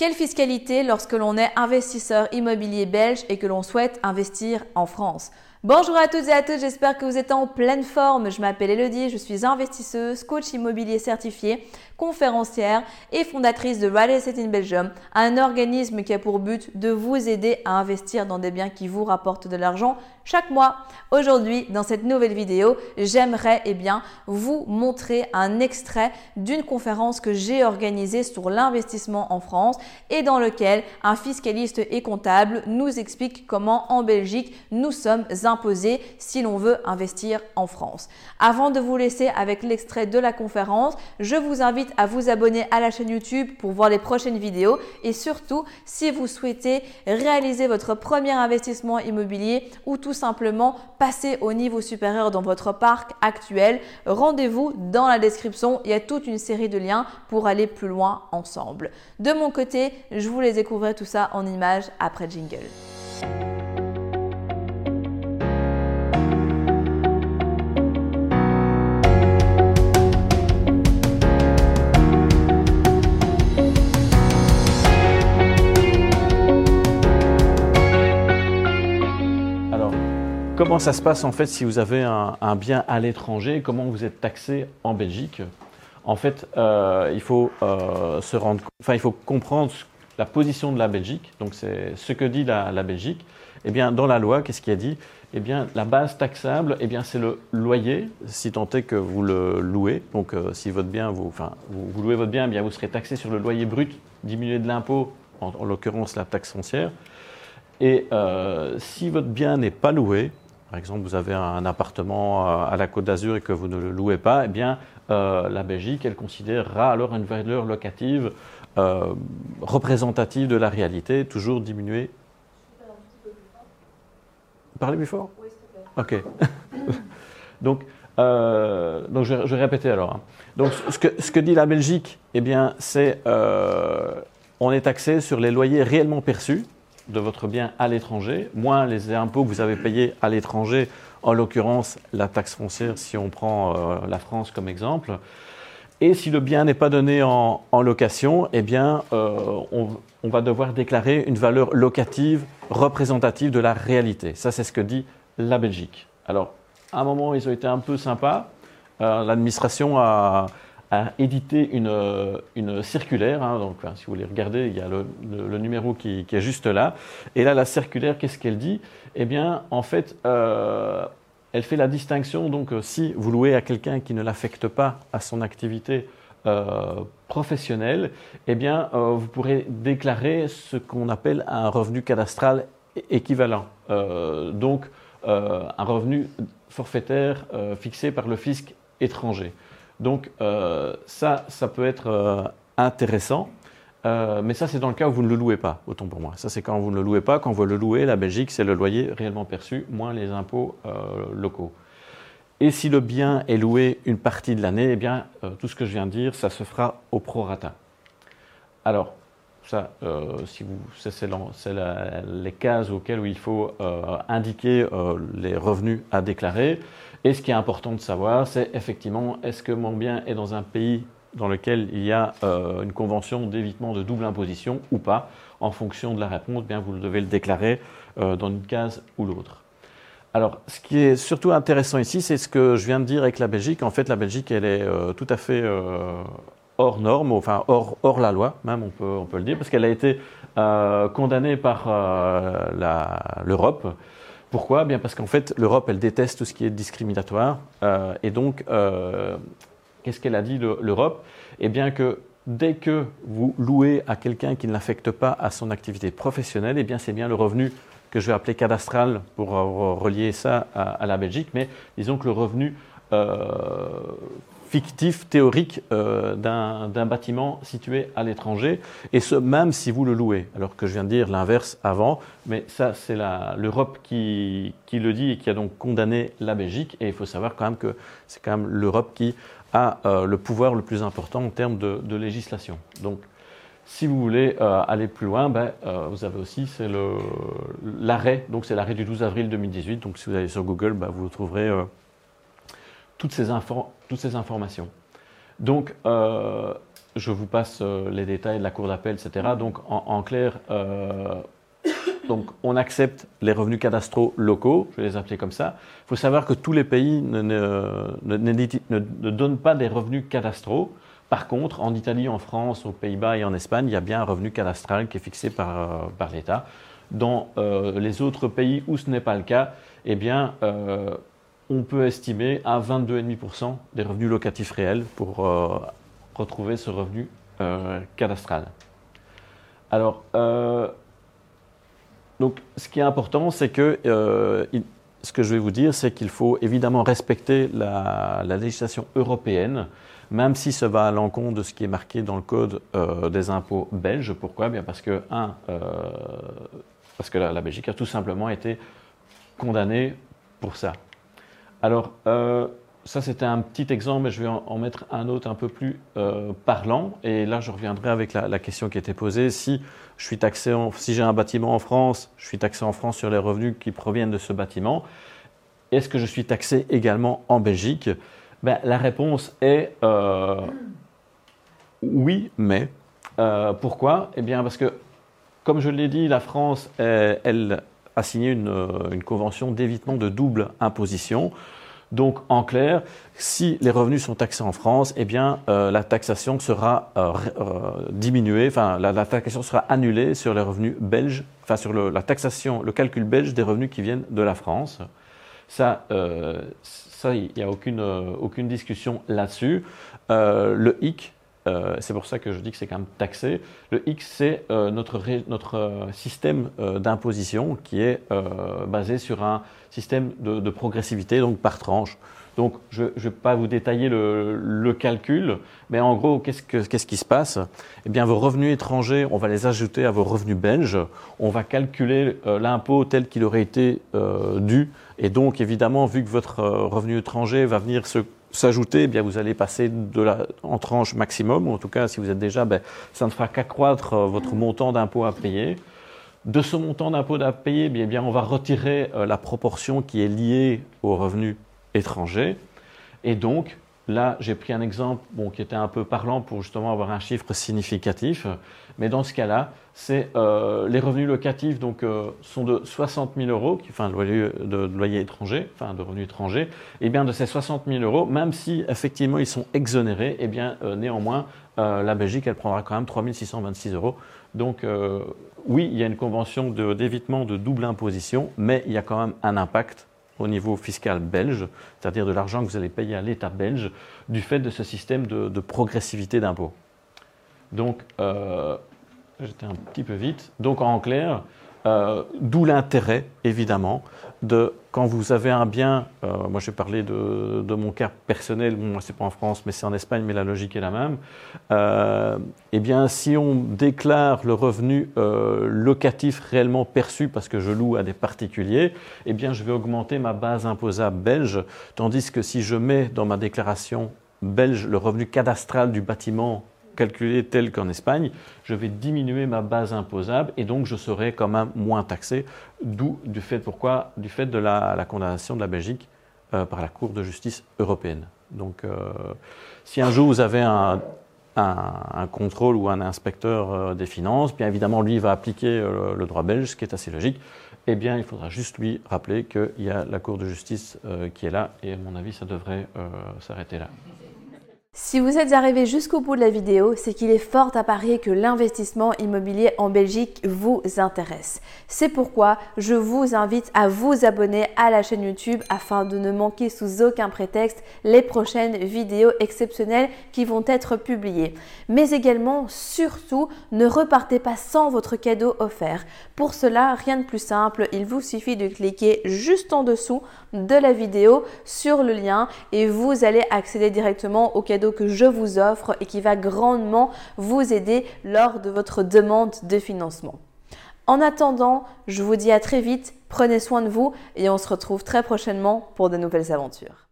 Quelle fiscalité lorsque l'on est investisseur immobilier belge et que l'on souhaite investir en France? Bonjour à toutes et à tous, j'espère que vous êtes en pleine forme. Je m'appelle Elodie, je suis investisseuse, coach immobilier certifié, conférencière et fondatrice de Real Estate in Belgium, un organisme qui a pour but de vous aider à investir dans des biens qui vous rapportent de l'argent chaque mois. Aujourd'hui, dans cette nouvelle vidéo, j'aimerais vous montrer un extrait d'une conférence que j'ai organisée sur l'investissement en France et dans lequel un fiscaliste et comptable nous explique comment en Belgique nous sommes imposés si l'on veut investir en France. Avant de vous laisser avec l'extrait de la conférence, je vous invite à vous abonner à la chaîne YouTube pour voir les prochaines vidéos et surtout si vous souhaitez réaliser votre premier investissement immobilier ou tout simplement passer au niveau supérieur dans votre parc actuel, rendez-vous dans la description, il y a toute une série de liens pour aller plus loin ensemble. De mon côté, je vous laisse découvrir tout ça en images après jingle. Comment ça se passe en fait si vous avez un bien à l'étranger? Comment vous êtes taxé en Belgique? En fait, il faut il faut comprendre la position de la Belgique. Donc, c'est ce que dit la Belgique. Eh bien, dans la loi, qu'est-ce qui est dit? Eh bien, la base taxable, eh bien, c'est le loyer, si tant est que vous le louez. Donc, si votre bien, vous louez votre bien, eh bien, vous serez taxé sur le loyer brut, diminué de l'impôt, en l'occurrence la taxe foncière. Et si votre bien n'est pas loué, par exemple, vous avez un appartement à la Côte d'Azur et que vous ne le louez pas, eh bien, la Belgique, elle considérera alors une valeur locative représentative de la réalité, toujours diminuée. Parlez plus fort? Oui, s'il te plaît. Ok. donc, je vais répéter alors. Donc, ce que dit la Belgique, eh bien, c'est on est taxé sur les loyers réellement perçus de votre bien à l'étranger, moins les impôts que vous avez payés à l'étranger, en l'occurrence la taxe foncière si on prend la France comme exemple. Et si le bien n'est pas donné en location, eh bien, on va devoir déclarer une valeur locative représentative de la réalité. Ça, c'est ce que dit la Belgique. Alors, à un moment, ils ont été un peu sympas. L'administration a édité une circulaire, donc si vous voulez regarder, il y a le numéro qui est juste là. Et là, la circulaire, qu'est-ce qu'elle dit? Eh bien, en fait, elle fait la distinction, donc si vous louez à quelqu'un qui ne l'affecte pas à son activité professionnelle, eh bien, vous pourrez déclarer ce qu'on appelle un revenu cadastral équivalent. Donc, un revenu forfaitaire fixé par le fisc étranger. Donc ça peut être intéressant, mais ça c'est dans le cas où vous ne le louez pas, autant pour moi. Ça c'est quand vous ne le louez pas, quand vous le louez, la Belgique c'est le loyer réellement perçu, moins les impôts locaux. Et si le bien est loué une partie de l'année, eh bien tout ce que je viens de dire, ça se fera au prorata. Alors, ça, c'est les cases auxquelles il faut indiquer les revenus à déclarer. Et ce qui est important de savoir, c'est effectivement, est-ce que mon bien est dans un pays dans lequel il y a une convention d'évitement de double imposition ou pas? En fonction de la réponse, bien, vous devez le déclarer dans une case ou l'autre. Alors, ce qui est surtout intéressant ici, c'est ce que je viens de dire avec la Belgique. En fait, la Belgique, elle est tout à fait hors norme, enfin hors la loi, même on peut le dire, parce qu'elle a été condamnée par l'Europe. Pourquoi? Bien parce qu'en fait, l'Europe, elle déteste tout ce qui est discriminatoire. Et donc, qu'est-ce qu'elle a dit, l'Europe? Eh bien que dès que vous louez à quelqu'un qui ne l'affecte pas à son activité professionnelle, eh bien c'est bien le revenu que je vais appeler cadastral pour relier ça à la Belgique, mais disons que le revenu fictif, théorique d'un bâtiment situé à l'étranger, et ce même si vous le louez, alors que je viens de dire l'inverse avant, mais ça c'est l'Europe qui le dit et qui a donc condamné la Belgique, et il faut savoir quand même que c'est quand même l'Europe qui a le pouvoir le plus important en termes de législation. Donc si vous voulez aller plus loin, vous avez aussi l'arrêt, donc c'est l'arrêt du 12 avril 2018, donc si vous allez sur Google, vous trouverez toutes ces informations. Donc, je vous passe les détails de la cour d'appel, etc. Donc, en clair, donc, on accepte les revenus cadastraux locaux, je vais les appeler comme ça. Il faut savoir que tous les pays ne donnent pas des revenus cadastraux. Par contre, en Italie, en France, aux Pays-Bas et en Espagne, il y a bien un revenu cadastral qui est fixé par l'État. Dans les autres pays où ce n'est pas le cas, eh bien, on peut estimer à 22,5% des revenus locatifs réels pour retrouver ce revenu cadastral. Alors, donc, ce qui est important, c'est que ce que je vais vous dire, c'est qu'il faut évidemment respecter la législation européenne, même si ça va à l'encontre de ce qui est marqué dans le code des impôts belges. Pourquoi? Bien parce que, la Belgique a tout simplement été condamnée pour ça. Alors, ça c'était un petit exemple, mais je vais en mettre un autre un peu plus parlant. Et là, je reviendrai avec la question qui était posée. Si je suis taxé, si j'ai un bâtiment en France, je suis taxé en France sur les revenus qui proviennent de ce bâtiment. Est-ce que je suis taxé également en Belgique? Ben, la réponse est oui, mais. Pourquoi? Eh bien, parce que, comme je l'ai dit, la France, elle a signé une convention d'évitement de double imposition. Donc, en clair, si les revenus sont taxés en France, eh bien, la taxation sera diminuée, enfin, la taxation sera annulée sur les revenus belges, enfin, sur la taxation, le calcul belge des revenus qui viennent de la France. Ça, il n'y a aucune discussion là-dessus. Le hic, c'est pour ça que je dis que c'est quand même taxé. Le hic, c'est notre système d'imposition qui est basé sur un système de progressivité, donc par tranche. Donc, je ne vais pas vous détailler le calcul, mais en gros, qu'est-ce qui se passe? Eh bien, vos revenus étrangers, on va les ajouter à vos revenus belges. On va calculer l'impôt tel qu'il aurait été dû. Et donc, évidemment, vu que votre revenu étranger va venir s'ajouter, eh bien, vous allez passer en tranche maximum, ou en tout cas, si vous êtes déjà, ça ne fera qu'accroître votre montant d'impôt à payer. De ce montant d'impôt à payer, eh bien, on va retirer la proportion qui est liée aux revenus étrangers. Et donc, là, j'ai pris un exemple qui était un peu parlant pour justement avoir un chiffre significatif. Mais dans ce cas-là, c'est les revenus locatifs sont de 60 000 euros, enfin de loyer étranger, enfin de revenus étrangers. Et bien de ces 60 000 euros, même si effectivement ils sont exonérés, et bien néanmoins la Belgique elle prendra quand même 3 626 euros. Donc oui, il y a une convention d'évitement de double imposition, mais il y a quand même un impact au niveau fiscal belge, c'est-à-dire de l'argent que vous allez payer à l'État belge du fait de ce système de progressivité d'impôt. Donc, j'étais un petit peu vite. Donc, en clair, d'où l'intérêt, évidemment, quand vous avez un bien, moi j'ai parlé de mon cas personnel, bon, c'est pas en France, mais c'est en Espagne, mais la logique est la même. Eh bien, si on déclare le revenu locatif réellement perçu parce que je loue à des particuliers, eh bien, je vais augmenter ma base imposable belge, tandis que si je mets dans ma déclaration belge le revenu cadastral du bâtiment calculé tel qu'en Espagne, je vais diminuer ma base imposable et donc je serai quand même moins taxé, d'où du fait de la condamnation de la Belgique par la Cour de justice européenne. Donc si un jour vous avez un contrôle ou un inspecteur des finances, bien évidemment lui va appliquer le droit belge, ce qui est assez logique, eh bien il faudra juste lui rappeler qu'il y a la Cour de justice qui est là et à mon avis ça devrait s'arrêter là. Si vous êtes arrivé jusqu'au bout de la vidéo, c'est qu'il est fort à parier que l'investissement immobilier en Belgique vous intéresse. C'est pourquoi je vous invite à vous abonner à la chaîne YouTube afin de ne manquer sous aucun prétexte les prochaines vidéos exceptionnelles qui vont être publiées. Mais également, surtout, ne repartez pas sans votre cadeau offert. Pour cela, rien de plus simple, il vous suffit de cliquer juste en dessous de la vidéo sur le lien et vous allez accéder directement au cadeau que je vous offre et qui va grandement vous aider lors de votre demande de financement. En attendant, je vous dis à très vite, prenez soin de vous et on se retrouve très prochainement pour de nouvelles aventures.